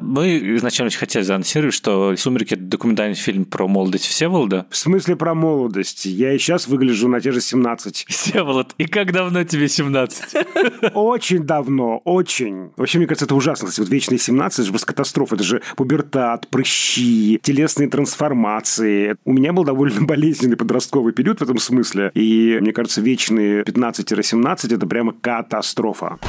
Мы изначально очень хотели заанонсировать, что «Сумерки» — это документальный фильм про молодость Всеволода. В смысле про молодость? Я и сейчас выгляжу на те же 17. Всеволод, и как давно тебе 17? Очень давно, очень. Вообще, мне кажется, это ужасно. Кстати, вот вечные 17 – это же просто катастрофа. Это же пубертат, прыщи, телесные трансформации. У меня был довольно болезненный подростковый период в этом смысле. И, мне кажется, вечные 15-17 – это прямо катастрофа.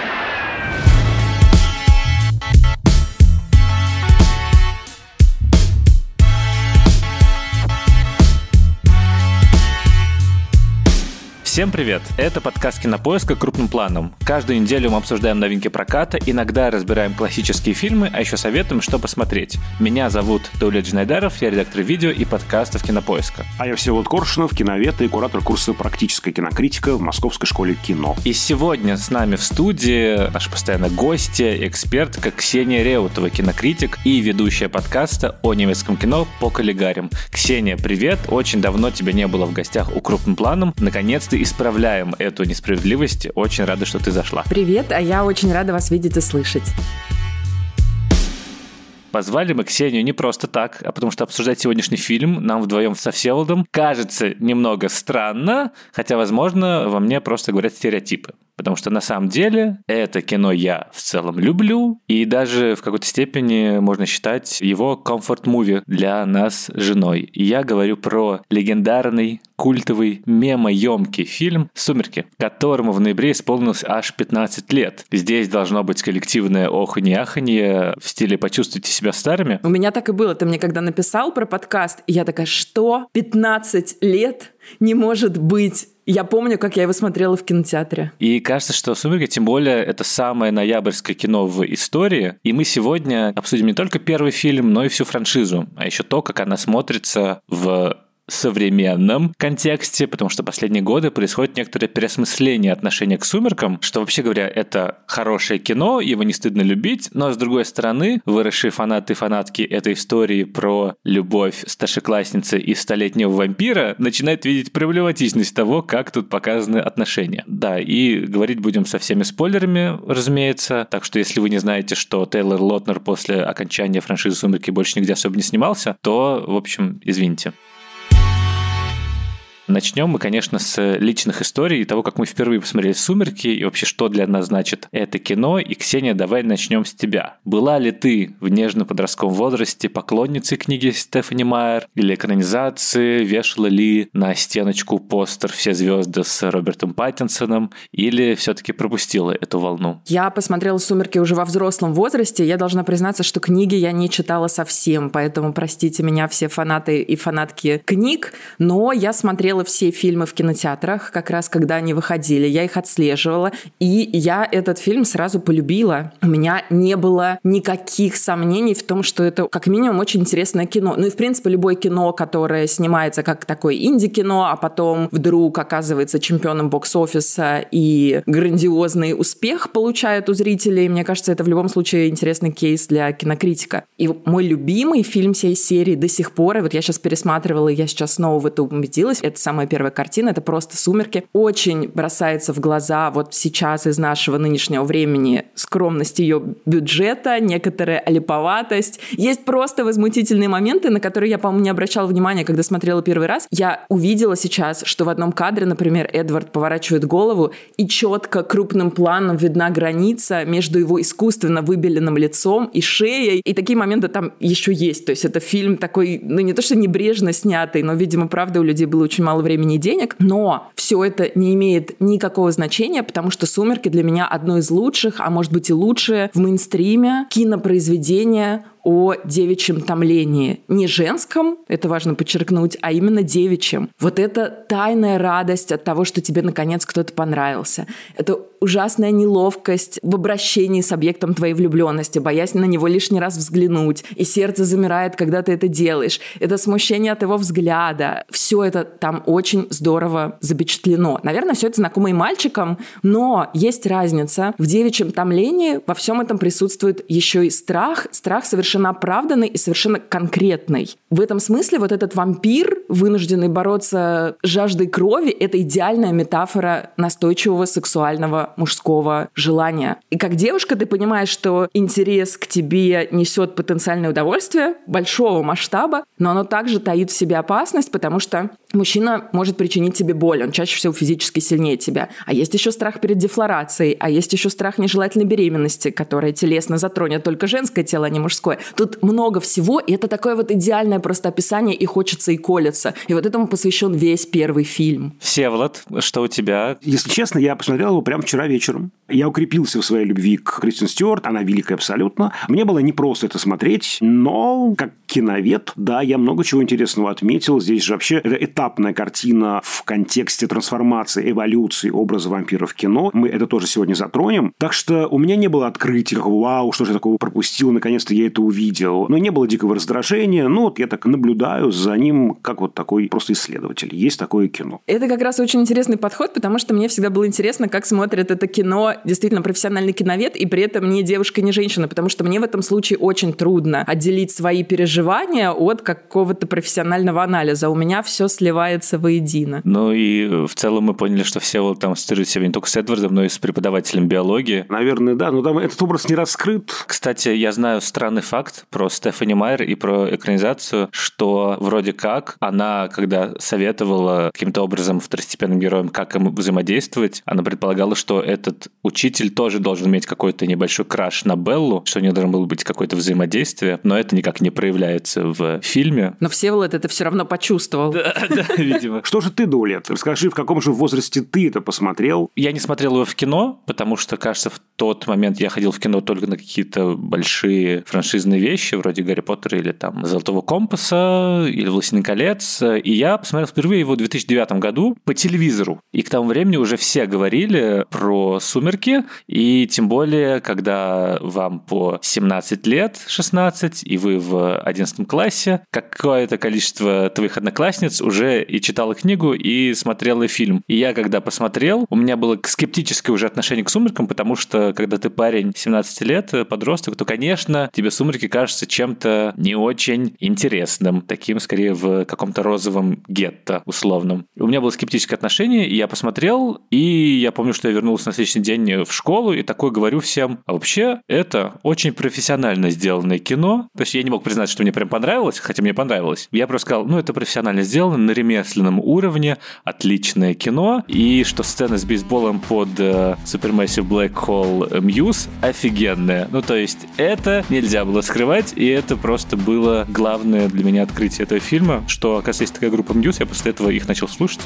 Всем привет! Это подкаст «Кинопоиска» крупным планом. Каждую неделю мы обсуждаем новинки проката, иногда разбираем классические фильмы, а еще советуем, что посмотреть. Меня зовут Даулет Джинайдаров, я редактор видео и подкастов «Кинопоиска». А я Всеволод Коршунов, киновед и куратор курса «Практическая кинокритика» в Московской школе кино. И сегодня с нами в студии наша постоянная гостья, экспертка Ксения Реутова, кинокритик и ведущая подкаста о немецком кино по коллегарям. Ксения, привет! Очень давно тебя не было в гостях у крупным планом. Наконец-то исправляем эту несправедливость. Очень рада, что ты зашла. Привет, а я очень рада вас видеть и слышать. Позвали мы Ксению не просто так, а потому что обсуждать сегодняшний фильм нам вдвоем со Всеволодом кажется немного странно, хотя, возможно, во мне просто говорят стереотипы. Потому что на самом деле это кино я в целом люблю, и даже в какой-то степени можно считать его комфорт-муви для нас с женой. И я говорю про легендарный, культовый, мемоемкий фильм «Сумерки», которому в ноябре исполнилось аж 15 лет. Здесь должно быть коллективное оханье-аханье в стиле «почувствуйте себя старыми». У меня так и было. Ты мне когда написал про подкаст, я такая, что? 15 лет? Не может быть. Я помню, как я его смотрела в кинотеатре. И кажется, что «Сумерки», тем более, это самое ноябрьское кино в истории. И мы сегодня обсудим не только первый фильм, но и всю франшизу. А еще то, как она смотрится в современном контексте, потому что последние годы происходит некоторое переосмысление отношения к «Сумеркам», что, вообще говоря, это хорошее кино, его не стыдно любить, но, с другой стороны, выросшие фанаты и фанатки этой истории про любовь старшеклассницы и столетнего вампира начинают видеть проблематичность того, как тут показаны отношения. Да, и говорить будем со всеми спойлерами, разумеется, так что если вы не знаете, что Тейлор Лотнер после окончания франшизы «Сумерки» больше нигде особо не снимался, то, в общем, извините. Начнем мы, конечно, с личных историй и того, как мы впервые посмотрели «Сумерки» и вообще, что для нас значит это кино. И, Ксения, давай начнем с тебя. Была ли ты в нежно-подростковом возрасте поклонницей книги Стефани Майер или экранизации? Вешала ли на стеночку постер «Все звезды» с Робертом Паттинсоном? Или все-таки пропустила эту волну? Я посмотрела «Сумерки» уже во взрослом возрасте. Я должна признаться, что книги я не читала совсем, поэтому простите меня все фанаты и фанатки книг, но я смотрела все фильмы в кинотеатрах, как раз когда они выходили. Я их отслеживала, и я этот фильм сразу полюбила. У меня не было никаких сомнений в том, что это, как минимум, очень интересное кино. Ну и, в принципе, любое кино, которое снимается как такое инди-кино, а потом вдруг оказывается чемпионом бокс-офиса и грандиозный успех получает у зрителей, мне кажется, это в любом случае интересный кейс для кинокритика. И мой любимый фильм всей серии до сих пор, и вот я сейчас пересматривала, и я сейчас снова в это убедилась, это самая первая картина, это просто «Сумерки». Очень бросается в глаза вот сейчас из нашего нынешнего времени скромность ее бюджета, некоторая олиповатость. Есть просто возмутительные моменты, на которые я, по-моему, не обращала внимания, когда смотрела первый раз. Я увидела сейчас, что в одном кадре, например, Эдвард поворачивает голову, и четко крупным планом видна граница между его искусственно выбеленным лицом и шеей. И такие моменты там еще есть. То есть это фильм такой, ну не то что небрежно снятый, но, видимо, правда, у людей было очень мало времени и денег, но все это не имеет никакого значения, потому что «Сумерки» для меня одно из лучших, а может быть и лучшее в мейнстриме кинопроизведение о девичьем томлении. Не женском, это важно подчеркнуть, а именно девичьем. Вот это тайная радость от того, что тебе наконец кто-то понравился. Это ужасная неловкость в обращении с объектом твоей влюбленности, боязнь на него лишний раз взглянуть, и сердце замирает, когда ты это делаешь. Это смущение от его взгляда. Все это там очень здорово запечатлено. Наверное, все это знакомо и мальчикам, но есть разница. В девичьем томлении во всем этом присутствует еще и страх совершенно совершенно оправданной и совершенно конкретной. В этом смысле вот этот вампир, вынужденный бороться с жаждой крови, это идеальная метафора настойчивого сексуального мужского желания. И как девушка ты понимаешь, что интерес к тебе несет потенциальное удовольствие большого масштаба, но оно также таит в себе опасность, потому что мужчина может причинить тебе боль, он чаще всего физически сильнее тебя. А есть еще страх перед дефлорацией, а есть еще страх нежелательной беременности, которая телесно затронет только женское тело, а не мужское. Тут много всего, и это такое вот идеальное просто описание, и хочется, и колется. И вот этому посвящен весь первый фильм. Всеволод, что у тебя? Если честно, я посмотрел его прямо вчера вечером. Я укрепился в своей любви к Кристен Стюарт, она великая абсолютно. Мне было непросто это смотреть, но как киновед, да, я много чего интересного отметил. Здесь же вообще это этапная картина в контексте трансформации, эволюции образа вампира в кино. Мы это тоже сегодня затронем. Так что у меня не было открытия, такого, вау, что же я такого пропустил, наконец-то я это увидел. Но не было дикого раздражения. Ну, вот я так наблюдаю за ним, как вот такой просто исследователь. Есть такое кино. Это как раз очень интересный подход, потому что мне всегда было интересно, как смотрит это кино действительно профессиональный киновед, и при этом не девушка, не женщина, потому что мне в этом случае очень трудно отделить свои переживания от какого-то профессионального анализа. У меня все сливается воедино. Ну и в целом мы поняли, что Всеволод там ассоциирует себя не только с Эдвардом, но и с преподавателем биологии. Наверное, да, но там этот образ не раскрыт. Кстати, я знаю странный факт про Стефани Майер и про экранизацию, что вроде как она, когда советовала каким-то образом второстепенным героям, как им взаимодействовать, она предполагала, что этот учитель тоже должен иметь какой-то небольшой краш на Беллу, что у нее должно было быть какое-то взаимодействие, но это никак не проявляется в фильме. Но Всеволод это все равно почувствовал. Да, видимо. Что же ты, Даулет? Расскажи, в каком же возрасте ты это посмотрел? Я не смотрел его в кино, потому что, кажется, в тот момент я ходил в кино только на какие-то большие франшизные вещи, вроде Гарри Поттера или там Золотого компаса, или Властелин колец. И я посмотрел впервые его в 2009 году по телевизору. И к тому времени уже все говорили про «Сумерки», и тем более, когда вам по 17 лет, 16, и вы в 11 классе, какое-то количество твоих одноклассниц уже и читала книгу, и смотрела фильм. И я, когда посмотрел, у меня было скептическое уже отношение к «Сумеркам», потому что, когда ты парень 17 лет, подросток, то, конечно, тебе «Сумерки» кажутся чем-то не очень интересным, таким, скорее, в каком-то розовом гетто условном. У меня было скептическое отношение, и я посмотрел, и я помню, что я вернулся на следующий день в школу, и такой говорю всем, а вообще, это очень профессионально сделанное кино. То есть я не мог признать, что мне прям понравилось, хотя мне понравилось. Я просто сказал, ну, это профессионально сделано, на ремесленном уровне, отличное кино, и что сцена с бейсболом под Supermassive Black Hole Muse офигенная. Ну, то есть это нельзя было скрывать, и это просто было главное для меня открытие этого фильма, что, оказывается, есть такая группа Muse, я после этого их начал слушать.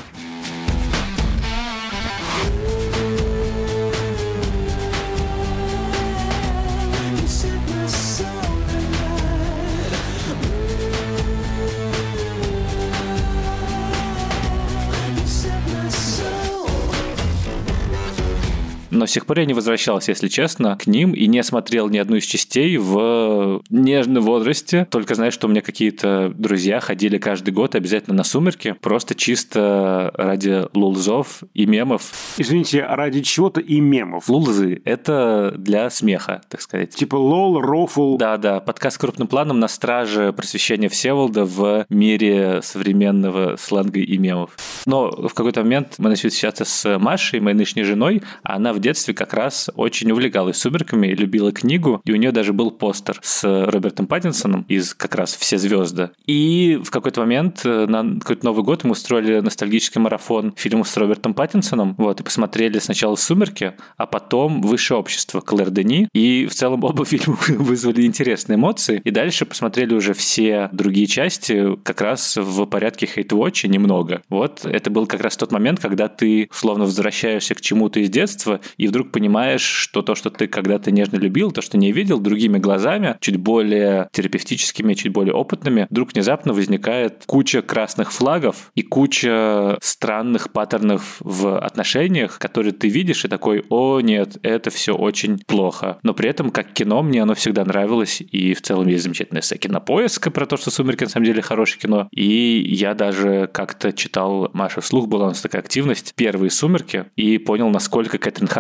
Но с тех пор я не возвращался, если честно, к ним и не смотрел ни одну из частей в нежном возрасте. Только знаю, что у меня какие-то друзья ходили каждый год обязательно на «Сумерки», просто чисто ради лулзов и мемов. Извините, ради чего-то и мемов? Лулзы — это для смеха, так сказать. Типа лол, рофл. Да, подкаст крупным планом на страже просвещения Всеволода в мире современного сленга и мемов. Но в какой-то момент мы начали встречаться с Машей, моей нынешней женой, а она в детстве как раз очень увлекалась «Сумерками», любила книгу, и у нее даже был постер с Робертом Паттинсоном из как раз «Все звезды». И в какой-то момент на какой-то Новый год мы устроили ностальгический марафон фильмов с Робертом Паттинсоном, вот, и посмотрели сначала «Сумерки», а потом «Высшее общество» Клэр Дени, и в целом оба фильма вызвали интересные эмоции, и дальше посмотрели уже все другие части как раз в порядке хейт-вотча немного. Вот, это был как раз тот момент, когда ты словно возвращаешься к чему-то из детства, и вдруг понимаешь, что то, что ты когда-то нежно любил, то, что не видел другими глазами, чуть более терапевтическими, чуть более опытными, вдруг внезапно возникает куча красных флагов и куча странных паттернов в отношениях, которые ты видишь и такой, о нет, это все очень плохо. Но при этом, как кино, мне оно всегда нравилось, и в целом есть замечательная «Кинопоиск» про то, что «Сумерки» на самом деле хорошее кино, и я даже как-то читал, Маша вслух, была у нас такая активность, первые «Сумерки», и понял, насколько Кэтрин Харрис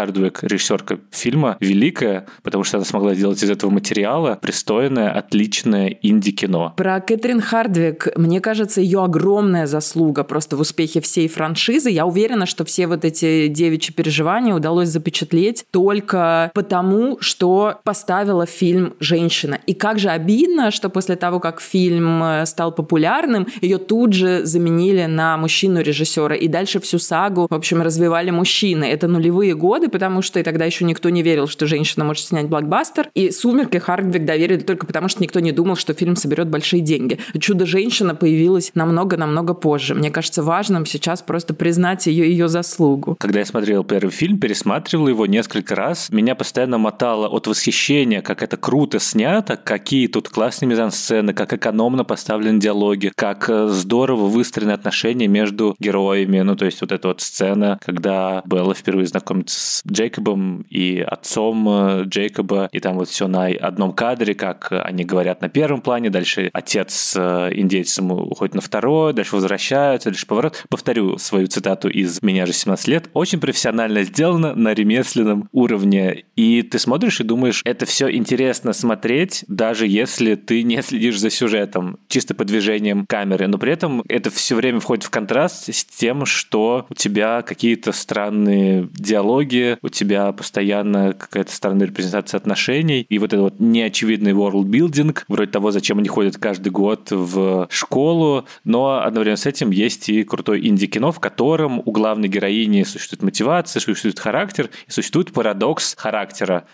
Хардвик, режиссерка фильма, великая, потому что она смогла сделать из этого материала пристойное, отличное инди-кино. Про Кэтрин Хардвик, мне кажется, ее огромная заслуга просто в успехе всей франшизы. Я уверена, что все вот эти девичьи переживания удалось запечатлеть только потому, что поставила фильм женщина. И как же обидно, что после того, как фильм стал популярным, ее тут же заменили на мужчину-режиссера. И дальше всю сагу, в общем, развивали мужчины. Это нулевые годы, потому что и тогда еще никто не верил, что женщина может снять блокбастер. И «Сумерки» Хардвик доверили только потому, что никто не думал, что фильм соберет большие деньги. «Чудо-женщина» появилась намного-намного позже. Мне кажется важным сейчас просто признать ее заслугу. Когда я смотрел первый фильм, пересматривал его несколько раз, меня постоянно мотало от восхищения, как это круто снято, какие тут классные мизансцены, как экономно поставлены диалоги, как здорово выстроены отношения между героями. Ну, то есть вот эта вот сцена, когда Белла впервые знакомится с Джейкобом и отцом Джейкоба, и там вот все на одном кадре, как они говорят на первом плане, дальше отец с индейцем уходит на второй, дальше возвращаются, дальше поворот. Повторю свою цитату из «Меня же 17 лет». Очень профессионально сделано на ремесленном уровне. И ты смотришь и думаешь, это все интересно смотреть, даже если ты не следишь за сюжетом, чисто по движениям камеры. Но при этом это все время входит в контраст с тем, что у тебя какие-то странные диалоги, у тебя постоянно какая-то странная репрезентация отношений, и вот этот вот неочевидный world-building, вроде того, зачем они ходят каждый год в школу, но одновременно с этим есть и крутое инди-кино, в котором у главной героини существует мотивация, существует характер, и существует парадокс характера,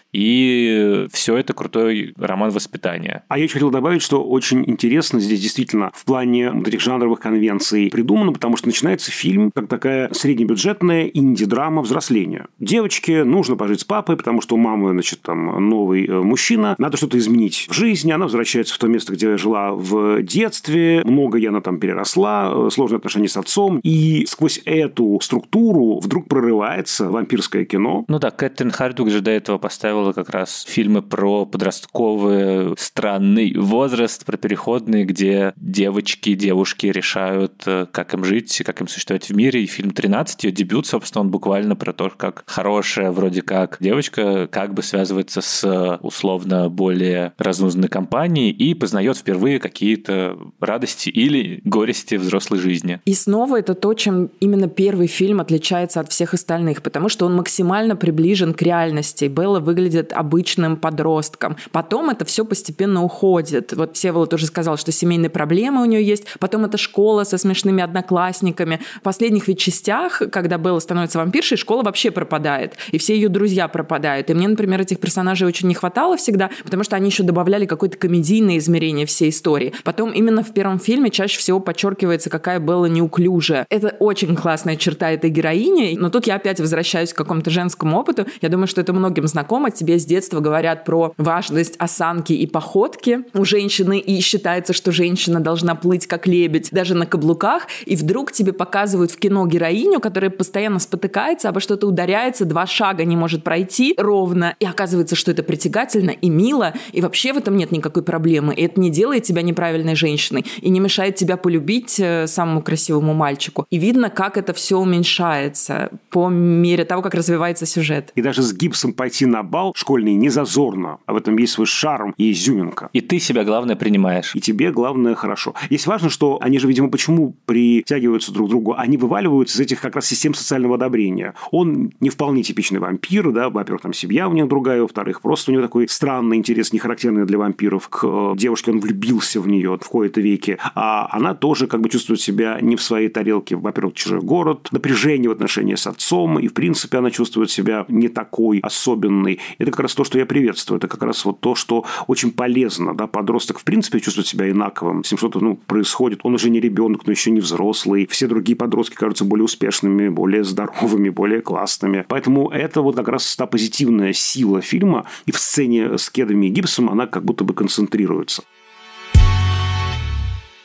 и все это крутой роман воспитания. А я еще хотел добавить, что очень интересно здесь действительно в плане вот этих жанровых конвенций придумано, потому что начинается фильм как такая среднебюджетная инди-драма взросления. Девочке нужно пожить с папой, потому что у мамы, значит, там новый мужчина, надо что-то изменить в жизни, она возвращается в то место, где жила в детстве, многое она там переросла, сложные отношения с отцом, и сквозь эту структуру вдруг прорывается вампирское кино. Ну да, Кэтрин Хардвик же до этого поставила как раз фильмы про подростковый странный возраст, про переходный, где девушки решают, как им жить, как им существовать в мире. И фильм «13», ее дебют, собственно, он буквально про то, как хорошая вроде как девочка как бы связывается с условно более разнузданной компанией и познает впервые какие-то радости или горести взрослой жизни. И снова это то, чем именно первый фильм отличается от всех остальных, потому что он максимально приближен к реальности. Белла выглядит обычным подростком. Потом это все постепенно уходит. Вот Всеволод тоже сказал, что семейные проблемы у нее есть. Потом это школа со смешными одноклассниками. В последних ведь частях, когда Белла становится вампиршей, школа вообще пропадает. И все ее друзья пропадают. И мне, например, этих персонажей очень не хватало всегда, потому что они еще добавляли какое-то комедийное измерение всей истории. Потом именно в первом фильме чаще всего подчеркивается, какая Белла неуклюжая. Это очень классная черта этой героини. Но тут я опять возвращаюсь к какому-то женскому опыту. Я думаю, что это многим знакомо. Тебе с детства говорят про важность осанки и походки у женщины, и считается, что женщина должна плыть как лебедь даже на каблуках, и вдруг тебе показывают в кино героиню, которая постоянно спотыкается, обо что-то ударяется, 2 шага не может пройти ровно, и оказывается, что это притягательно и мило, и вообще в этом нет никакой проблемы, и это не делает тебя неправильной женщиной, и не мешает тебя полюбить самому красивому мальчику. И видно, как это все уменьшается по мере того, как развивается сюжет. И даже с гипсом пойти на бал школьный не зазорно, а в этом есть свой шарм и изюминка. И ты себя, главное, принимаешь. И тебе, главное, хорошо. Есть важно, что они же, видимо, почему притягиваются друг к другу? Они вываливаются из этих как раз систем социального одобрения. Он не вполне типичный вампир, да, во-первых, там семья у них другая, во-вторых, просто у него такой странный интерес, не характерный для вампиров, к девушке, он влюбился в нее в кои-то веки, а она тоже как бы чувствует себя не в своей тарелке. Во-первых, чужой город, напряжение в отношении с отцом, и, в принципе, она чувствует себя не такой особенной. Это как раз то, что я приветствую. Это как раз вот то, что очень полезно, да, подросток, в принципе, чувствует себя инаковым. С ним что-то, происходит. Он уже не ребенок, но еще не взрослый. Все другие подростки кажутся более успешными, более здоровыми, более классными. Поэтому это вот как раз та позитивная сила фильма, и в сцене с Кедами и Гибсом она как будто бы концентрируется.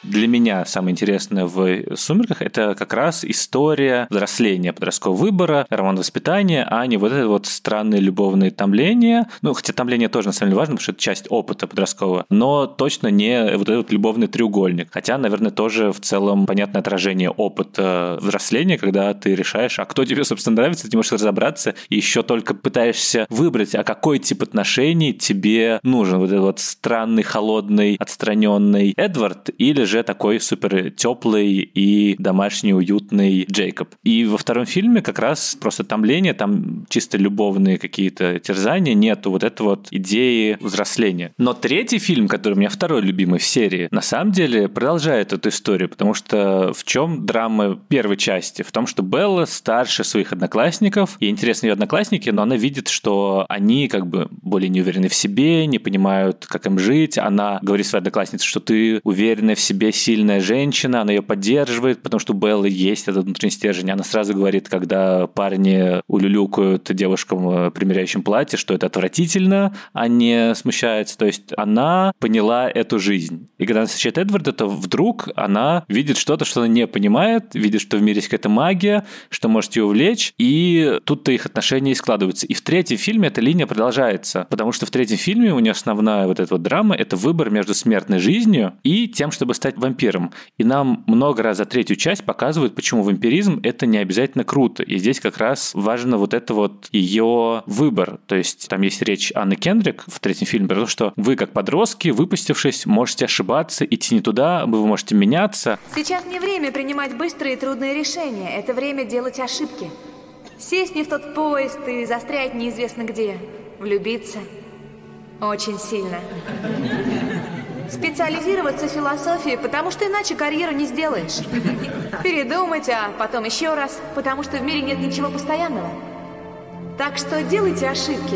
для меня самое интересное в «Сумерках» — это как раз история взросления, подросткового выбора, роман воспитания, а не вот это вот странные любовные томления. Ну, хотя томление тоже, на самом деле, важно, потому что это часть опыта подросткового, но точно не вот этот любовный треугольник. Хотя, наверное, тоже в целом понятное отражение опыта взросления, когда ты решаешь, а кто тебе, собственно, нравится, ты можешь разобраться, и еще только пытаешься выбрать, а какой тип отношений тебе нужен. Вот этот вот странный, холодный, отстраненный Эдвард или же такой супер теплый и домашний, уютный Джейкоб. И во втором фильме как раз просто томление, там чисто любовные какие-то терзания, нету вот этой вот идеи взросления. Но третий фильм, который у меня второй любимый в серии, на самом деле продолжает эту историю, потому что в чем драма первой части? В том, что Белла старше своих одноклассников, и интересны ее одноклассники, но она видит, что они как бы более не уверены в себе, не понимают, как им жить. Она говорит своей однокласснице, что ты уверенная в себе, сильная женщина, она ее поддерживает, потому что у Беллы есть этот внутренний стержень. Она сразу говорит, когда парни улюлюкают девушкам, примеряющим платье, что это отвратительно, а не смущается. То есть она поняла эту жизнь. И когда она встречает Эдварда, то вдруг она видит что-то, что она не понимает, видит, что в мире есть какая-то магия, что может ее увлечь, и тут-то их отношения и складываются. И в третьем фильме эта линия продолжается, потому что в третьем фильме у нее основная вот эта вот драма — это выбор между смертной жизнью и тем, чтобы стать вампиром. И нам много раз за третью часть показывают, почему вампиризм — это не обязательно круто. И здесь как раз важно вот это вот ее выбор. То есть там есть речь Анны Кендрик в третьем фильме про то, что вы как подростки, выпустившись, можете ошибаться, идти не туда, вы можете меняться. Сейчас не время принимать быстрые и трудные решения. Это время делать ошибки. Сесть не в тот поезд и застрять неизвестно где. Влюбиться очень сильно. Специализироваться в философии, потому что иначе карьеру не сделаешь. Передумать, а потом еще раз, потому что в мире нет ничего постоянного. Так что делайте ошибки.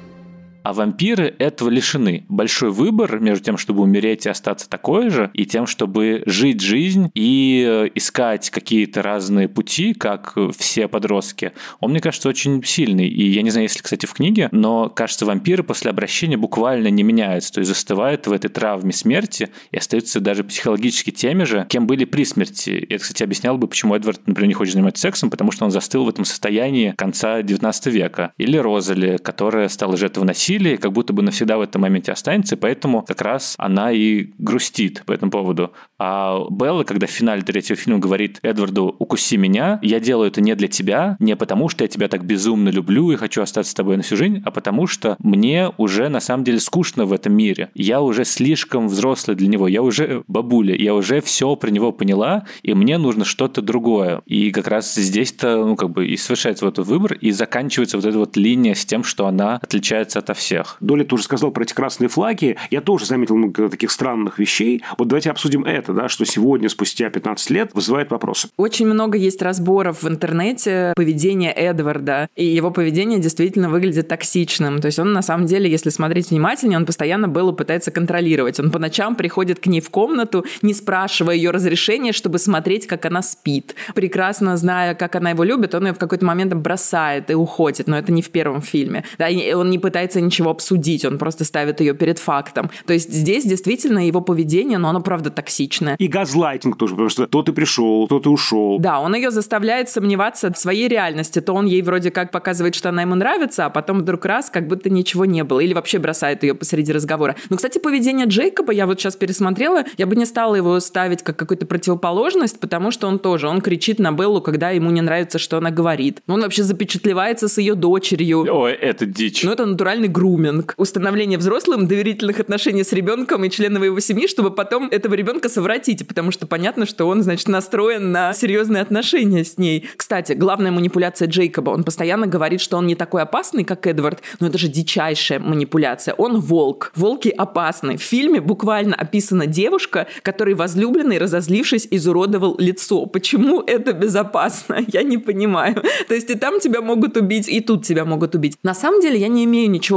А вампиры этого лишены. Большой выбор между тем, чтобы умереть и остаться такой же, и тем, чтобы жить жизнь и искать какие-то разные пути, как все подростки, он, мне кажется, очень сильный. И я не знаю, если, кстати, в книге, но, кажется, вампиры после обращения буквально не меняются, то есть застывают в этой травме смерти и остаются даже психологически теми же, кем были при смерти. И это, кстати, объясняло бы, почему Эдвард, например, не хочет заниматься сексом, потому что он застыл в этом состоянии конца 19 века. Или Розали, которая стала жертвой насилия, как будто бы навсегда в этом моменте останется, и поэтому как раз она и грустит по этому поводу. А Белла, когда в финале третьего фильма говорит Эдварду: «Укуси меня, я делаю это не для тебя, не потому что я тебя так безумно люблю и хочу остаться с тобой на всю жизнь, а потому что мне уже на самом деле скучно в этом мире. Я уже слишком взрослый для него, я уже бабуля, я уже все про него поняла, и мне нужно что-то другое». И как раз здесь-то, и совершается вот этот выбор, и заканчивается вот эта вот линия с тем, что она отличается ото всех. Доля тоже сказал про эти красные флаги. Я тоже заметил много таких странных вещей. Вот давайте обсудим это, да, что сегодня, спустя 15 лет, вызывает вопросы. Очень много есть разборов в интернете поведения Эдварда, и его поведение действительно выглядит токсичным. То есть он, на самом деле, если смотреть внимательнее, он постоянно Беллу пытается контролировать. Он по ночам приходит к ней в комнату, не спрашивая ее разрешения, чтобы смотреть, как она спит. Прекрасно зная, как она его любит, он ее в какой-то момент бросает и уходит, но это не в первом фильме. Да, и он не пытается ничего обсудить, он просто ставит ее перед фактом. То есть здесь действительно его поведение, но оно правда токсичное. И газлайтинг тоже, потому что то ты пришел, то ты ушел. Да, он ее заставляет сомневаться в своей реальности. То он ей вроде как показывает, что она ему нравится, а потом вдруг раз, как будто ничего не было. Или вообще бросает ее посреди разговора. Но, кстати, поведение Джейкоба, я вот сейчас пересмотрела, я бы не стала его ставить как какую-то противоположность, потому что он кричит на Беллу, когда ему не нравится, что она говорит. Он вообще запечатлевается с ее дочерью. Ой, это дичь. Ну, это натуральный груминг. Установление взрослым доверительных отношений с ребенком и членов его семьи, чтобы потом этого ребенка совратить, потому что понятно, что он, настроен на серьезные отношения с ней. Кстати, главная манипуляция Джейкоба. Он постоянно говорит, что он не такой опасный, как Эдвард, но это же дичайшая манипуляция. Он волк. Волки опасны. В фильме буквально описана девушка, которой возлюбленный, разозлившись, изуродовал лицо. Почему это безопасно? Я не понимаю. То есть и там тебя могут убить, и тут тебя могут убить. На самом деле я не имею ничего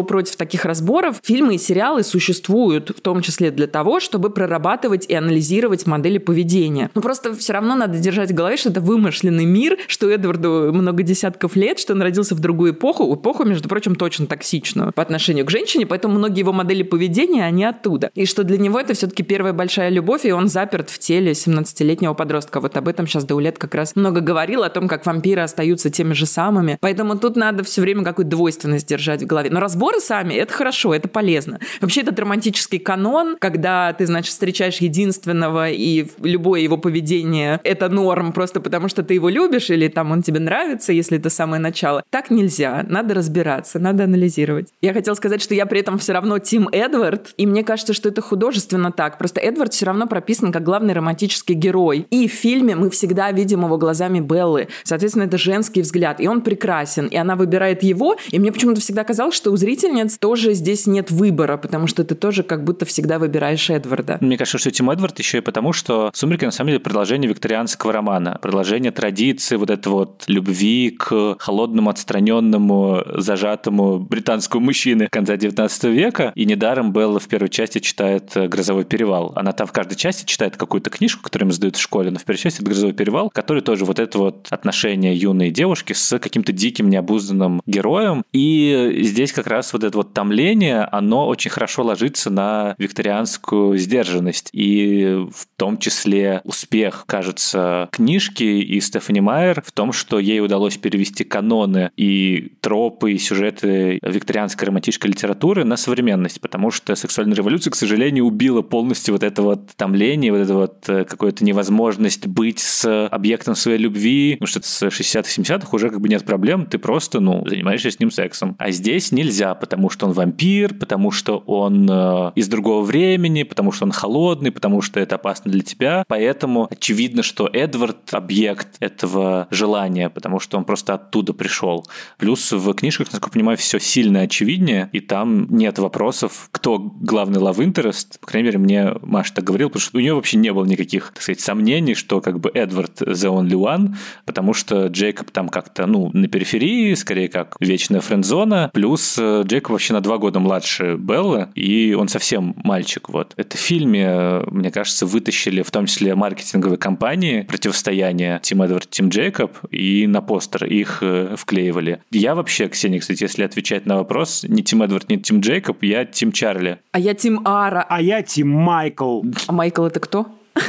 против таких разборов. Фильмы и сериалы существуют в том числе для того, чтобы прорабатывать и анализировать модели поведения. Но просто все равно надо держать в голове, что это вымышленный мир, что Эдварду много десятков лет, что он родился в другую эпоху, между прочим, точно токсичную по отношению к женщине, поэтому многие его модели поведения, они оттуда. И что для него это все-таки первая большая любовь, и он заперт в теле 17-летнего подростка. Вот об этом сейчас Даулет как раз много говорил, о том, как вампиры остаются теми же самыми. Поэтому тут надо все время какую-то двойственность держать в голове. Но разборы сами — это хорошо, это полезно. Вообще, этот романтический канон, когда ты, значит, встречаешь единственного, и любое его поведение — это норм просто потому, что ты его любишь, или там он тебе нравится, если это самое начало. Так нельзя. Надо разбираться, надо анализировать. Я хотела сказать, что я при этом все равно Тим Эдвард, и мне кажется, что это художественно так. Просто Эдвард все равно прописан как главный романтический герой. И в фильме мы всегда видим его глазами Беллы. Соответственно, это женский взгляд, и он прекрасен, и она выбирает его, и мне почему-то всегда казалось, что у зрительниц тоже здесь нет выбора, потому что ты тоже как будто всегда выбираешь Эдварда. Мне кажется, что Тим Эдвард еще и потому, что «Сумерки» на самом деле продолжение викторианского романа, продолжение традиции вот этой вот любви к холодному, отстраненному, зажатому британскому мужчине конца 19 века. И недаром Белла в первой части читает «Грозовой перевал». Она там в каждой части читает какую-то книжку, которую им сдают в школе, но в первой части это «Грозовой перевал», который тоже вот это вот отношение юной девушки с каким-то диким, необузданным героем. И здесь как раз вот это вот томление, оно очень хорошо ложится на викторианскую сдержанность. И в том числе успех, кажется, книжки и Стефани Майер в том, что ей удалось перевести каноны и тропы, и сюжеты викторианской романтической литературы на современность, потому что сексуальная революция, к сожалению, убила полностью вот это вот томление, вот это вот какую-то невозможность быть с объектом своей любви, потому что с 60-х, 70-х уже как бы нет проблем, ты просто, занимаешься с ним сексом. А здесь нельзя, потому что он вампир, потому что он из другого времени, потому что он холодный, потому что это опасно для тебя. Поэтому очевидно, что Эдвард — объект этого желания, потому что он просто оттуда пришел. Плюс в книжках, насколько я понимаю, все сильно очевиднее, и там нет вопросов, кто главный love interest. По крайней мере, мне Маша так говорила, потому что у нее вообще не было никаких, так сказать, сомнений, что как бы Эдвард the only one, потому что Джейкоб там как-то, на периферии, скорее как вечная френдзона, плюс Джейкоб вообще на 2 года младше Беллы, и он совсем мальчик, вот. Это в фильме, мне кажется, вытащили в том числе маркетинговые кампании противостояния Тим Эдвард, Тим Джейкоб, и на постер их вклеивали. Я вообще, Ксения, кстати, если отвечать на вопрос, не Тим Эдвард, не Тим Джейкоб, я Тим Чарли. А я Тим Ара. А я Тим Майкл. А Майкл это кто?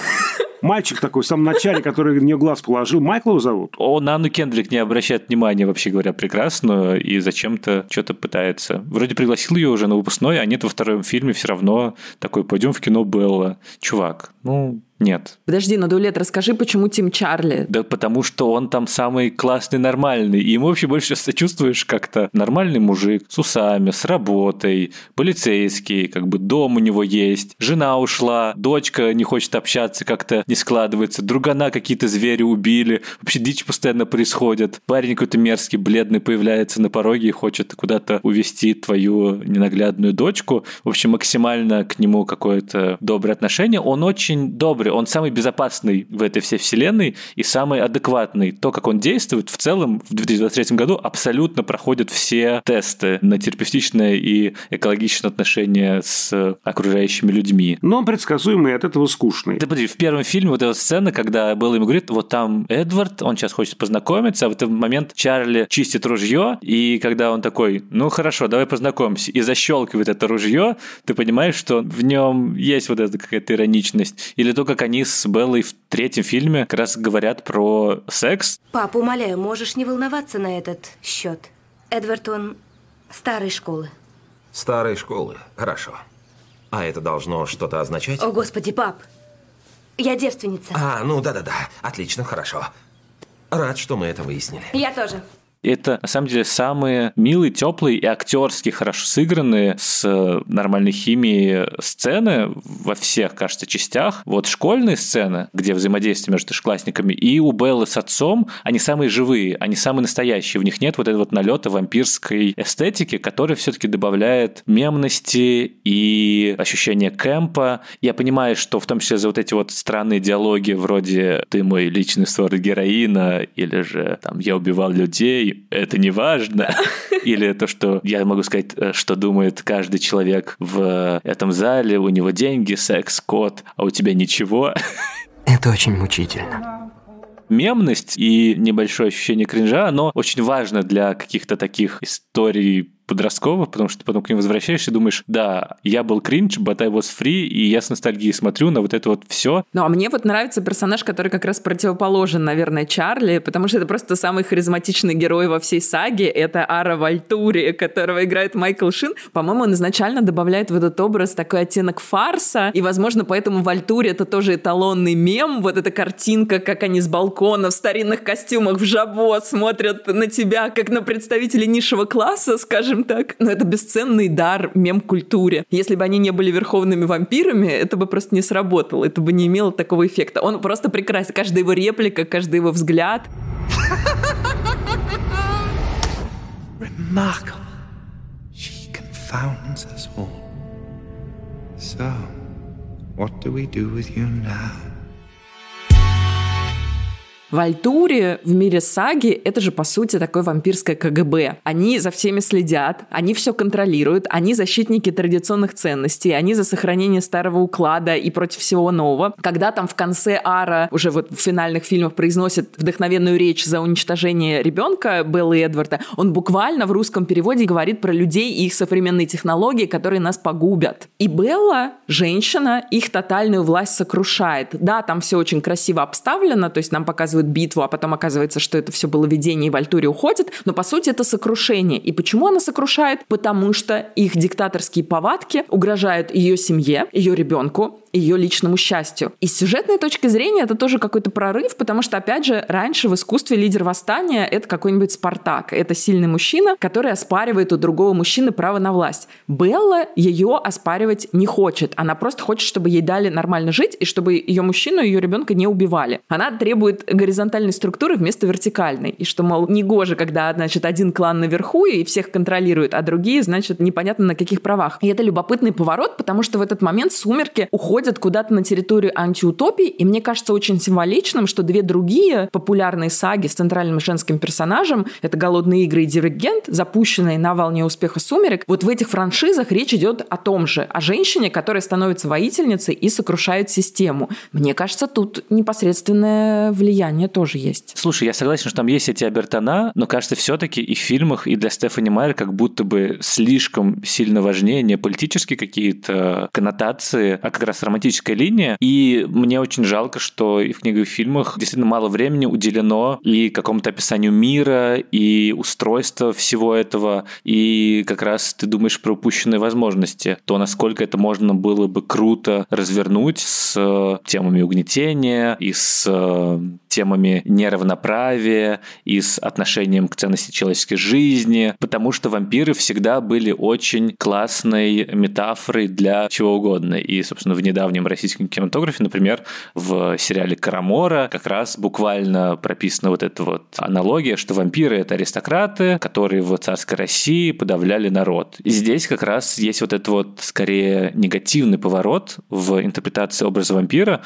Мальчик такой в самом начале, который на нее глаз положил. Майкла его зовут? Он на Анну Кендрик не обращает внимания, вообще говоря, прекрасную, и зачем-то что-то пытается. Вроде пригласил ее уже на выпускной, а нет, во втором фильме все равно такой: пойдем в кино, Белла. Чувак, нет. Подожди, Даулет, расскажи, почему Тим Чарли? Да потому что он там самый классный, нормальный. И ему вообще больше сочувствуешь как-то. Нормальный мужик, с усами, с работой, полицейский, как бы дом у него есть, жена ушла, дочка не хочет общаться, как-то не складывается, другана какие-то звери убили, вообще дичь постоянно происходит. Парень какой-то мерзкий, бледный появляется на пороге и хочет куда-то увезти твою ненаглядную дочку. В общем, максимально к нему какое-то доброе отношение. Он очень добрый. Он самый безопасный в этой всей вселенной и самый адекватный. То, как он действует, в целом в 2023 году абсолютно проходит все тесты на терапевтичное и экологичное отношение с окружающими людьми. Но он предсказуемый и от этого скучный. Да подожди, в первом фильме вот эта сцена, когда Белла ему говорит: вот там Эдвард, он сейчас хочет познакомиться, а в этот момент Чарли чистит ружье, и когда он такой: хорошо, давай познакомимся, и защелкивает это ружье, ты понимаешь, что в нем есть вот эта какая-то ироничность. Или то, как они с Беллой в третьем фильме как раз говорят про секс. Пап, умоляю, можешь не волноваться на этот счет. Эдвард, он старой школы. Старой школы, хорошо. А это должно что-то означать? О, Господи, пап, я девственница. Да-да-да, отлично, хорошо. Рад, что мы это выяснили. Я тоже. Это, на самом деле, самые милые, теплые и актерски хорошо сыгранные с нормальной химией сцены во всех, кажется, частях. Вот школьные сцены, где взаимодействие между старшеклассниками, и у Беллы с отцом, они самые живые, они самые настоящие. В них нет вот этого вот налета вампирской эстетики, которая все-таки добавляет мемности и ощущение кэмпа. Я понимаю, что в том числе за вот эти вот странные диалоги вроде «ты мой личный сорт героина» или же там «я убивал людей», и это не важно. Или то, что я могу сказать, что думает каждый человек в этом зале, у него деньги, секс, кот, а у тебя ничего. Это очень мучительно. Мемность и небольшое ощущение кринжа, оно очень важно для каких-то таких историй подростковых, потому что потом к ним возвращаешься и думаешь, да, я был кринж, but I was free, и я с ностальгией смотрю на вот это вот все. Ну, а мне вот нравится персонаж, который как раз противоположен, наверное, Чарли, потому что это просто самый харизматичный герой во всей саге. Это Ара Вальтури, которого играет Майкл Шин. По-моему, он изначально добавляет в этот образ такой оттенок фарса, и, возможно, поэтому Вальтури — это тоже эталонный мем. Вот эта картинка, как они с балкона в старинных костюмах в жабо смотрят на тебя, как на представителей низшего класса, скажем так. Но это бесценный дар мем-культуре. Если бы они не были верховными вампирами, это бы просто не сработало. Это бы не имело такого эффекта. Он просто прекрасен. Каждая его реплика, каждый его взгляд. Remarkable. She confounds us all. So, what do we do with you now? Вальтури в мире саги — это же, по сути, такое вампирское КГБ. Они за всеми следят, они все контролируют, они защитники традиционных ценностей, они за сохранение старого уклада и против всего нового. Когда там в конце Ара уже вот в финальных фильмах произносит вдохновенную речь за уничтожение ребенка Беллы и Эдварда, он буквально в русском переводе говорит про людей и их современные технологии, которые нас погубят. И Белла, женщина, их тотальную власть сокрушает. Да, там все очень красиво обставлено, то есть нам показывают битву, а потом оказывается, что это все было видение, и Вальтури уходит, но по сути это сокрушение. И почему она сокрушает? Потому что их диктаторские повадки угрожают ее семье, ее ребенку, ее личному счастью. И с сюжетной точки зрения это тоже какой-то прорыв, потому что, опять же, раньше в искусстве лидер восстания — это какой-нибудь Спартак. Это сильный мужчина, который оспаривает у другого мужчины право на власть. Белла ее оспаривать не хочет. Она просто хочет, чтобы ей дали нормально жить, и чтобы ее мужчину и ее ребенка не убивали. Она требует горизонтальной структуры вместо вертикальной. И что, мол, негоже, когда, значит, один клан наверху и всех контролирует, а другие, значит, непонятно на каких правах. И это любопытный поворот, потому что в этот момент «Сумерки» уходят куда-то на территорию антиутопии, и мне кажется очень символичным, что две другие популярные саги с центральным женским персонажем — это «Голодные игры» и «Дивергент», запущенные на волне успеха «Сумерек». Вот в этих франшизах речь идет о том же, о женщине, которая становится воительницей и сокрушает систему. Мне кажется, тут непосредственное влияние тоже есть. Слушай, я согласен, что там есть эти обертона, но, кажется, все-таки и в фильмах, и для Стефани Майер как будто бы слишком сильно важнее не политические какие-то коннотации, а как раз романтическая линия. И мне очень жалко, что и в книгах, и в фильмах действительно мало времени уделено и какому-то описанию мира, и устройства всего этого, и как раз ты думаешь про упущенные возможности, то, насколько это можно было бы круто развернуть с темами угнетения и с темами неравноправия и с отношением к ценности человеческой жизни, потому что вампиры всегда были очень классной метафорой для чего угодно. И, собственно, в недавнем российском кинематографе, например, в сериале «Карамора» как раз буквально прописана вот эта вот аналогия, что вампиры — это аристократы, которые в царской России подавляли народ. И здесь как раз есть вот этот вот скорее негативный поворот в интерпретации образа вампира,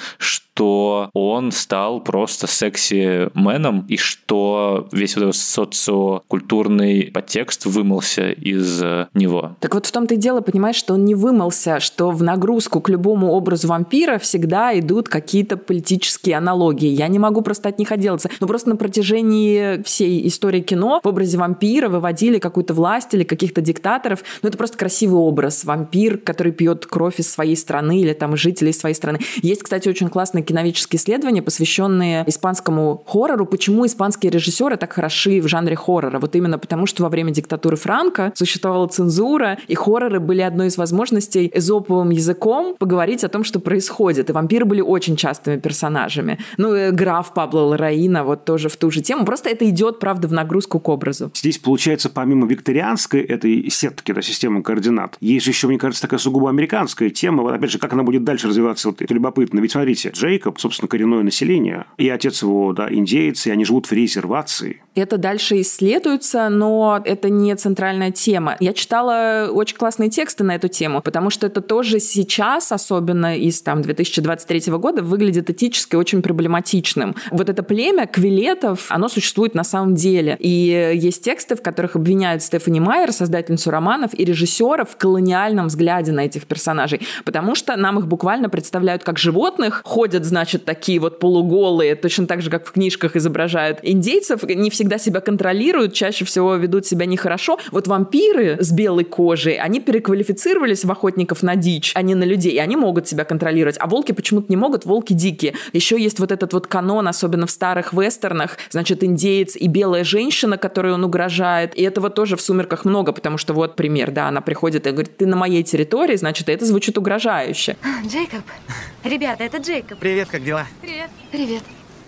что он стал просто секси-меном, и что весь вот этот социокультурный подтекст вымылся из него. Так вот в том-то и дело, понимаешь, что он не вымылся, что в нагрузку к любому образу вампира всегда идут какие-то политические аналогии. Я не могу просто от них отделаться. Но просто на протяжении всей истории кино в образе вампира выводили какую-то власть или каких-то диктаторов. Ну, это просто красивый образ. Вампир, который пьет кровь из своей страны или там жителей своей страны. Есть, кстати, очень классные киноведческие исследования, посвященные испанскому хоррору. Почему испанские режиссеры так хороши в жанре хоррора? Вот именно потому, что во время диктатуры Франко существовала цензура, и хорроры были одной из возможностей эзоповым языком поговорить о том, что происходит. И вампиры были очень частыми персонажами. Ну, граф Пабло Ларраина вот тоже в ту же тему. Просто это идет, правда, в нагрузку к образу. Здесь, получается, помимо викторианской этой сетки, да, системы координат, есть же еще, мне кажется, такая сугубо американская тема. Вот, опять же, как она будет дальше развиваться, вот это любопытно. Ведь смотрите, Джейкоб, собственно, коренное население, и отец его, да, индейцы, и они живут в резервации. Это дальше исследуется, но это не центральная тема. Я читала очень классные тексты на эту тему, потому что это тоже сейчас, особенно из 2023 года, выглядит этически очень проблематичным. Вот это племя квилетов, оно существует на самом деле. И есть тексты, в которых обвиняют Стефани Майер, создательницу романов, и режиссера в колониальном взгляде на этих персонажей. Потому что нам их буквально представляют как животных. Ходят, значит, такие вот полуголые, точно так же, как в книжках изображают индейцев, не всегда себя контролируют, чаще всего ведут себя нехорошо. Вот вампиры с белой кожей, они переквалифицировались в охотников на дичь, а не на людей, и они могут себя контролировать. А волки почему-то не могут, волки дикие. Еще есть вот этот вот канон, особенно в старых вестернах, значит, индеец и белая женщина, которой он угрожает. И этого тоже в «Сумерках» много, потому что вот пример, да, она приходит и говорит: ты на моей территории, значит, это звучит угрожающе. Джейкоб. Ребята, это Джейкоб. Привет, как дела? Привет. Привет.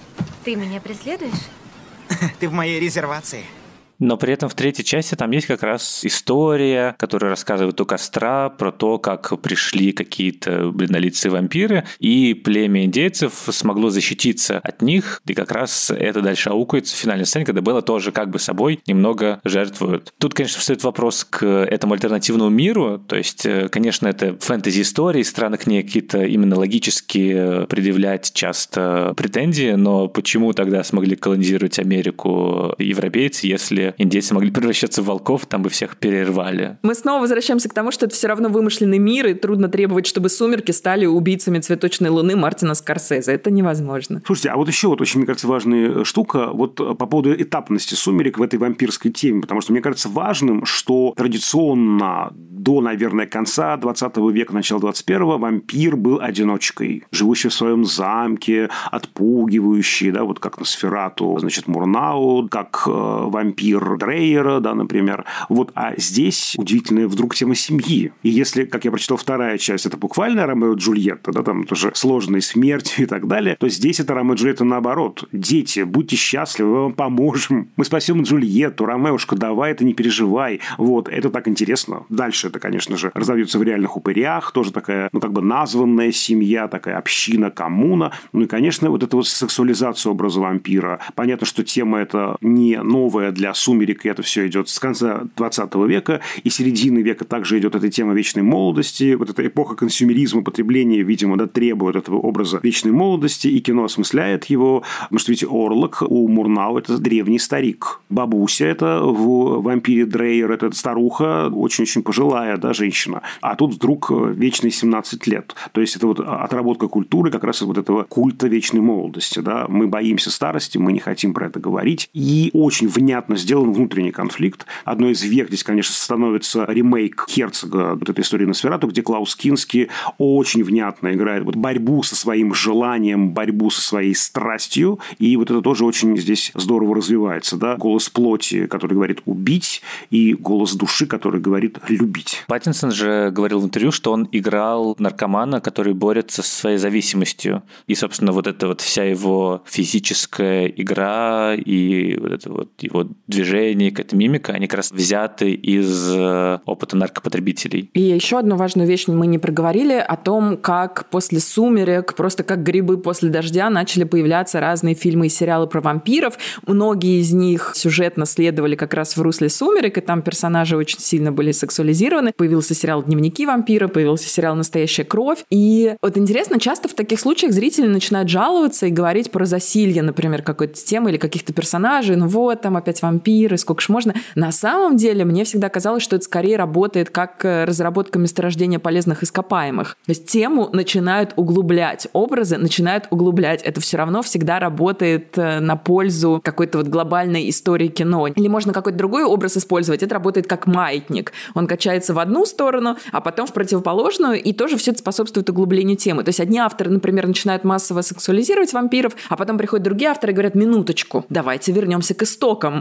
Ты меня преследуешь? Ты в моей резервации. Но при этом в третьей части там есть как раз история, которая рассказывает у костра про то, как пришли какие-то бледнолицые вампиры, и племя индейцев смогло защититься от них, и как раз это дальше аукается в финальной сцене, когда Белла тоже как бы собой немного жертвует. Тут, конечно, встает вопрос к этому альтернативному миру, то есть, конечно, это фэнтези-истории, странно к ней какие-то именно логически предъявлять часто претензии, но почему тогда смогли колонизировать Америку европейцы, если индейцы могли превращаться в волков, там бы всех перервали. Мы снова возвращаемся к тому, что это все равно вымышленный мир, и трудно требовать, чтобы «Сумерки» стали убийцами «Цветочной луны» Мартина Скорсезе. Это невозможно. Слушайте, а вот еще вот очень, мне кажется, важная штука вот по поводу этапности «Сумерек» в этой вампирской теме, потому что мне кажется важным, что традиционно до, наверное, конца 20 века, начала 21-го вампир был одиночкой, живущий в своем замке, отпугивающий, да, вот как Носферату, значит, Мурнау, как вампир Дрейера, да, например. Вот, а здесь удивительная вдруг тема семьи. И если, как я прочитал, вторая часть, это буквально Ромео и Джульетта, да, там тоже сложные смерти и так далее, то здесь это Ромео и Джульетта наоборот. Дети, будьте счастливы, мы вам поможем, мы спасем Джульетту, Ромеушка, давай, ты не переживай. Вот, это так интересно. Дальше это, конечно же, разовьется в реальных упырях, тоже такая, ну, как бы названная семья, такая община, коммуна. Ну, и, конечно, вот эта вот сексуализация образа вампира. Понятно, что тема эта не новая для «Сумерек», и это все идет с конца 20 века, и середины века также идет эта тема вечной молодости. Вот эта эпоха консюмеризма, потребления, видимо, да, требует этого образа вечной молодости, и кино осмысляет его. Потому что, видите, Орлок у Мурнау – это древний старик. Бабуся – это в «Вампире Дрейер», это старуха, очень-очень пожилая, да, женщина. А тут вдруг вечные 17 лет. То есть, это вот отработка культуры как раз вот этого культа вечной молодости. Да? Мы боимся старости, мы не хотим про это говорить. И очень внятно сделан внутренний конфликт. Одной из вех здесь, конечно, становится ремейк «Герцога», вот этой истории Носферату, где Клаус Кински очень внятно играет вот борьбу со своим желанием, борьбу со своей страстью. И вот это тоже очень здесь здорово развивается. Да? Голос плоти, который говорит «убить», и голос души, который говорит «любить». Паттинсон же говорил в интервью, что он играл наркомана, который борется со своей зависимостью. И, собственно, вот эта вот вся его физическая игра и вот это вот его движение, какая-то мимика, они как раз взяты из опыта наркопотребителей. И еще одну важную вещь мы не проговорили о том, как после «Сумерек», просто как грибы после дождя, начали появляться разные фильмы и сериалы про вампиров. Многие из них сюжетно следовали как раз в русле «Сумерек», и там персонажи очень сильно были сексуализированы. Появился сериал «Дневники вампира», появился сериал «Настоящая кровь». И вот интересно, часто в таких случаях зрители начинают жаловаться и говорить про засилье, например, какой-то темы или каких-то персонажей. Ну вот, там опять вампиры, сколько ж можно. На самом деле, мне всегда казалось, что это скорее работает как разработка месторождения полезных ископаемых. То есть тему начинают углублять, образы начинают углублять. Это все равно всегда работает на пользу какой-то вот глобальной истории кино. Или можно какой-то другой образ использовать. Это работает как маятник. Он качается в одну сторону, а потом в противоположную, и тоже все это способствует углублению темы. То есть одни авторы, например, начинают массово сексуализировать вампиров, а потом приходят другие авторы и говорят: минуточку, давайте вернемся к истокам. Вот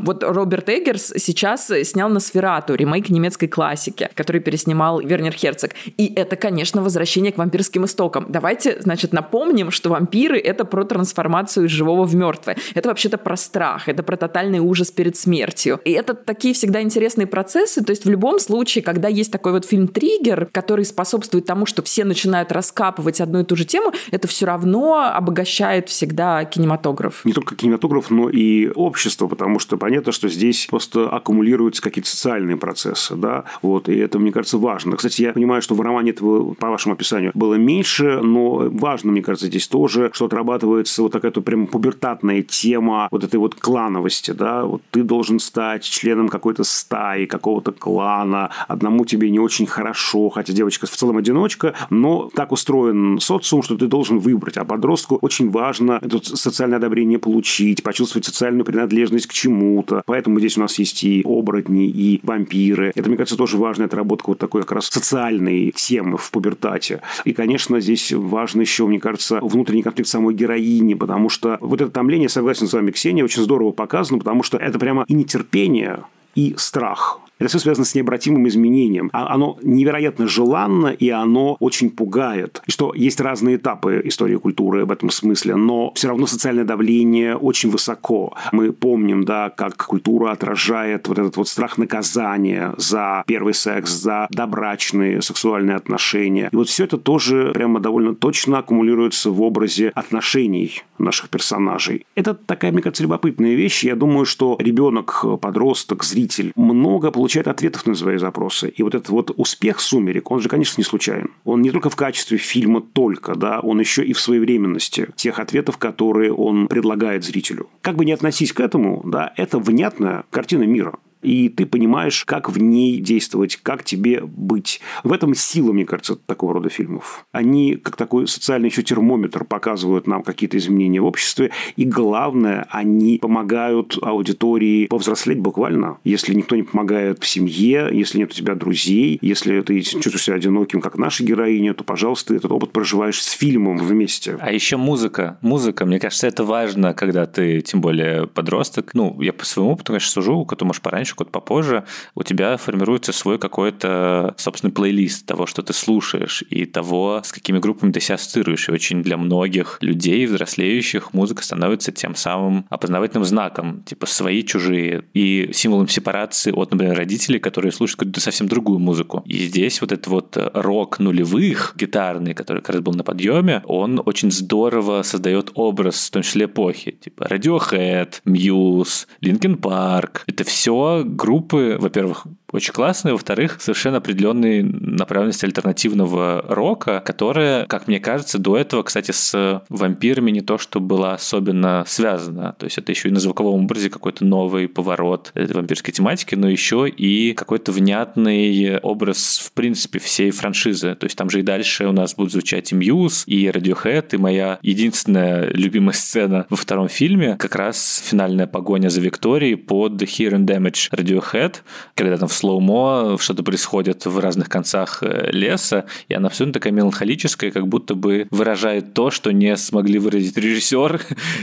Роберт Эггерс сейчас снял «Носферату», ремейк немецкой классики, который переснимал Вернер Херцог. И это, конечно, возвращение к вампирским истокам. Давайте, значит, напомним, что вампиры — это про трансформацию из живого в мертвое. Это вообще-то про страх, это про тотальный ужас перед смертью. И это такие всегда интересные процессы. То есть в любом случае, когда есть такой вот фильм-триггер, который способствует тому, что все начинают раскапывать одну и ту же тему, это все равно обогащает всегда кинематограф. Не только кинематограф, но и общество, потому что понятно, что здесь просто аккумулируются какие-то социальные процессы, да, вот, и это, мне кажется, важно. Кстати, я понимаю, что в романе этого, по вашему описанию, было меньше, но важно, мне кажется, здесь тоже, что отрабатывается вот такая-то прям пубертатная тема вот этой вот клановости, да, вот ты должен стать членом какой-то стаи, какого-то клана, одному тебе не очень хорошо, хотя девочка в целом одиночка, но так устроен социум, что ты должен выбрать, а подростку очень важно это социальное одобрение получить, почувствовать социальную принадлежность к чему-то, поэтому здесь у нас есть и оборотни, и вампиры. Это, мне кажется, тоже важная отработка вот такой как раз социальной темы в пубертате. И, конечно, здесь важно еще, мне кажется, внутренний конфликт самой героини, потому что вот это томление, согласен с вами, Ксения, очень здорово показано, потому что это прямо и нетерпение, и страх. Это все связано с необратимым изменением. Оно невероятно желанно, и оно очень пугает. И что есть разные этапы истории культуры в этом смысле, но все равно социальное давление очень высоко. Мы помним, да, как культура отражает вот этот вот страх наказания за первый секс, за добрачные сексуальные отношения. И вот все это тоже прямо довольно точно аккумулируется в образе отношений наших персонажей. Это такая, мне кажется, любопытная вещь. Я думаю, что ребенок, подросток, зритель много получает ответов на свои запросы. И вот этот вот успех «Сумерек», он же, конечно, не случайен. Он не только в качестве фильма только, да, он еще и в своевременности тех ответов, которые он предлагает зрителю. Как бы ни относись к этому, да, это внятная картина мира. И ты понимаешь, как в ней действовать, как тебе быть. В этом сила, мне кажется, такого рода фильмов. Они, как такой социальный еще термометр, показывают нам какие-то изменения в обществе. И главное, они помогают аудитории повзрослеть буквально. Если никто не помогает в семье, если нет у тебя друзей, если ты чувствуешь себя одиноким, как наша героиня, то, пожалуйста, этот опыт проживаешь с фильмом вместе. А еще музыка. Музыка, мне кажется, это важно, когда ты, тем более, подросток. Ну, я по своему опыту, конечно, сужу, кто, может, пораньше, год попозже, у тебя формируется свой какой-то собственный плейлист того, что ты слушаешь, и того, с какими группами ты себя ассоциируешь. И очень для многих людей, взрослеющих, музыка становится тем самым опознавательным знаком, типа свои, чужие, и символом сепарации от, например, родителей, которые слушают какую-то совсем другую музыку. И здесь вот этот вот рок нулевых, гитарный, который как раз был на подъеме, он очень здорово создает образ, в том числе эпохи, типа Radiohead, Muse, Linkin Park. Это все группы, во-первых, очень классные, во-вторых, совершенно определенные направленности альтернативного рока, которая, как мне кажется, до этого, кстати, с вампирами не то, что была особенно связана. То есть это еще и на звуковом образе какой-то новый поворот этой вампирской тематики, но еще и какой-то внятный образ, в принципе, всей франшизы. То есть там же и дальше у нас будут звучать и Muse, и Radiohead, и моя единственная любимая сцена во втором фильме, как раз финальная погоня за Викторией под Here and Damage Radiohead, когда там в слоумо что-то происходит в разных концах леса, и она абсолютно такая меланхолическая, как будто бы выражает то, что не смогли выразить режиссер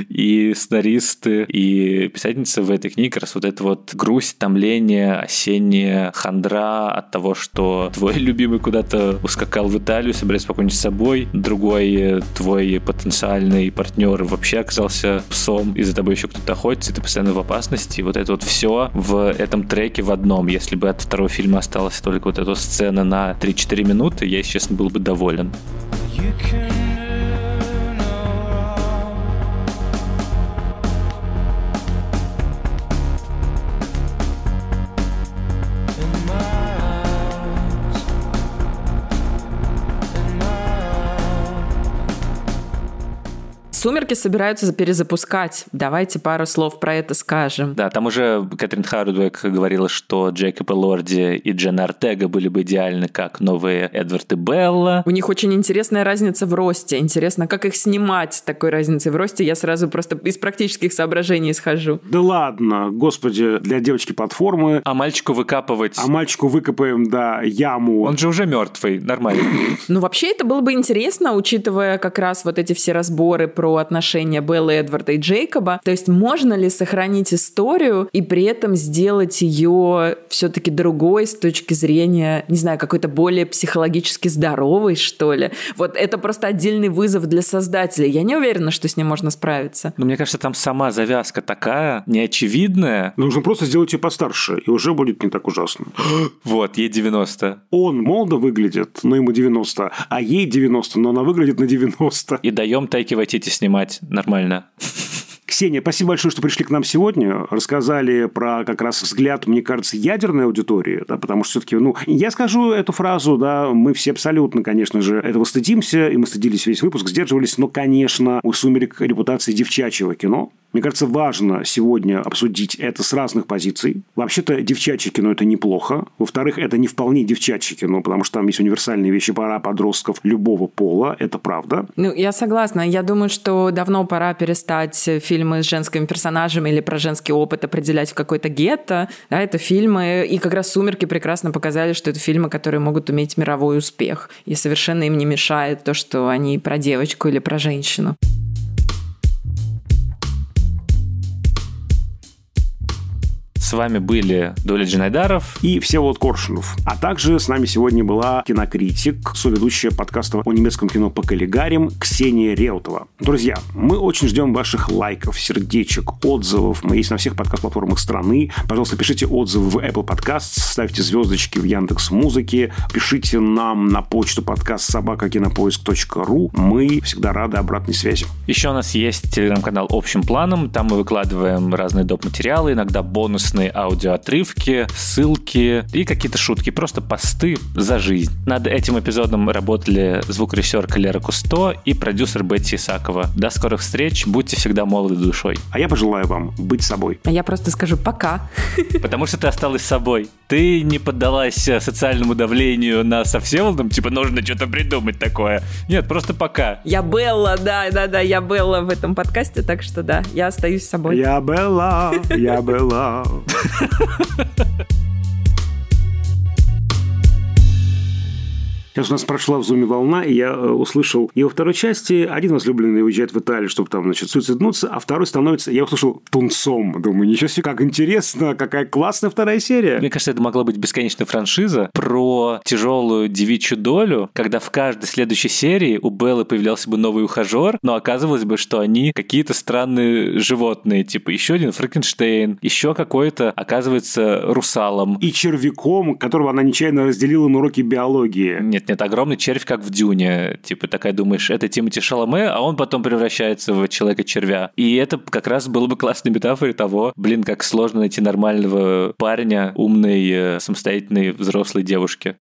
и сценаристы, и писательница в этой книге, как раз вот эта вот грусть, томление, осенняя хандра от того, что твой любимый куда-то ускакал в Италию, собирается покончить с собой, другой твой потенциальный партнер вообще оказался псом, и за тобой еще кто-то охотится, и ты постоянно в опасности, и вот это вот все в этом треке в одном. Если бы от второго фильма осталась только вот эта сцена на 3-4 минуты, я, если честно, был бы доволен. «Сумерки» собираются перезапускать. Давайте пару слов про это скажем. Да, там уже Кэтрин Хардуик говорила, что Джейкоб Элорди и Дженна Ортега были бы идеальны как новые Эдвард и Белла. У них очень интересная разница в росте. Интересно, как их снимать с такой разницей в росте. Я сразу просто из практических соображений исхожу. Да ладно, господи, для девочки платформы. А мальчику выкапывать. А мальчику выкопаем, да, яму. Он же уже мертвый, нормально. Ну, вообще, это было бы интересно, учитывая как раз вот эти все разборы про про отношения Беллы, Эдварда и Джейкоба. То есть можно ли сохранить историю и при этом сделать ее все-таки другой с точки зрения, не знаю, какой-то более психологически здоровой, что ли? Вот это просто отдельный вызов для создателей. Я не уверена, что с ним можно справиться. Но мне кажется, там сама завязка такая неочевидная. Нужно просто сделать ее постарше, и уже будет не так ужасно. Вот, ей 90. Он молодо выглядит, но ему 90, а ей 90, но она выглядит на 90. И даем Тайки Вайтити снимать нормально. Ксения, спасибо большое, что пришли к нам сегодня. Рассказали про как раз взгляд, мне кажется, ядерной аудитории, да, потому что все-таки, я скажу эту фразу, да, мы все абсолютно, конечно же, этого стыдимся, и мы стыдились весь выпуск, сдерживались, но, конечно, у «Сумерек» репутация девчачьего кино. Мне кажется, важно сегодня обсудить это с разных позиций. Вообще-то, девчачье кино – это неплохо. Во-вторых, это не вполне девчачье кино, потому что там есть универсальные вещи пора подростков любого пола. Это правда. Я согласна. Я думаю, что давно пора перестать фильмы с женскими персонажами или про женский опыт определять в какой-то гетто. Да, это фильмы. И как раз «Сумерки» прекрасно показали, что это фильмы, которые могут иметь мировой успех. И совершенно им не мешает то, что они про девочку или про женщину. С вами были Дуля Джинайдаров и Всеволод Коршунов. А также с нами сегодня была кинокритик, соведущая подкаста о немецком кино по каллигарям Ксения Реутова. Друзья, мы очень ждем ваших лайков, сердечек, отзывов. Мы есть на всех подкаст-платформах страны. Пожалуйста, пишите отзывы в Apple Podcasts, ставьте звездочки в Яндекс.Музыке, пишите нам на почту подкаст@кинопоиск.ру. Мы всегда рады обратной связи. Еще у нас есть телеграм-канал «Общим планом». Там мы выкладываем разные доп. Материалы, иногда бонусные аудиоотрывки, ссылки и какие-то шутки, просто посты за жизнь. Над этим эпизодом работали звукорежиссер Лера Кусто и продюсер Бетти Исакова. До скорых встреч, будьте всегда молоды душой. А я пожелаю вам быть собой. А я просто скажу пока. Потому что ты осталась собой. Ты не поддалась социальному давлению на со Всеволодом, типа нужно что-то придумать такое. Нет, просто пока. Я Белла, да, я Белла в этом подкасте, так что да, я остаюсь собой. Я Белла. Сейчас у нас прошла в зуме волна, и я услышал и во второй части один возлюбленный уезжает в Италию, чтобы там, суициднуться, а второй становится, я услышал, тунцом. Думаю, ничего себе, как интересно, какая классная вторая серия. Мне кажется, это могла быть бесконечная франшиза про тяжелую девичью долю, когда в каждой следующей серии у Беллы появлялся бы новый ухажер, но оказывалось бы, что они какие-то странные животные, типа еще один Франкенштейн, еще какой-то, оказывается, русалом. И червяком, которого она нечаянно разделила на уроке биологии. Нет, огромный червь, как в Дюне. Типа такая думаешь, это Тимоти Шаломе, а он потом превращается в Человека-червя. И это как раз было бы классной метафорой того, как сложно найти нормального парня, умной, самостоятельной взрослой девушки.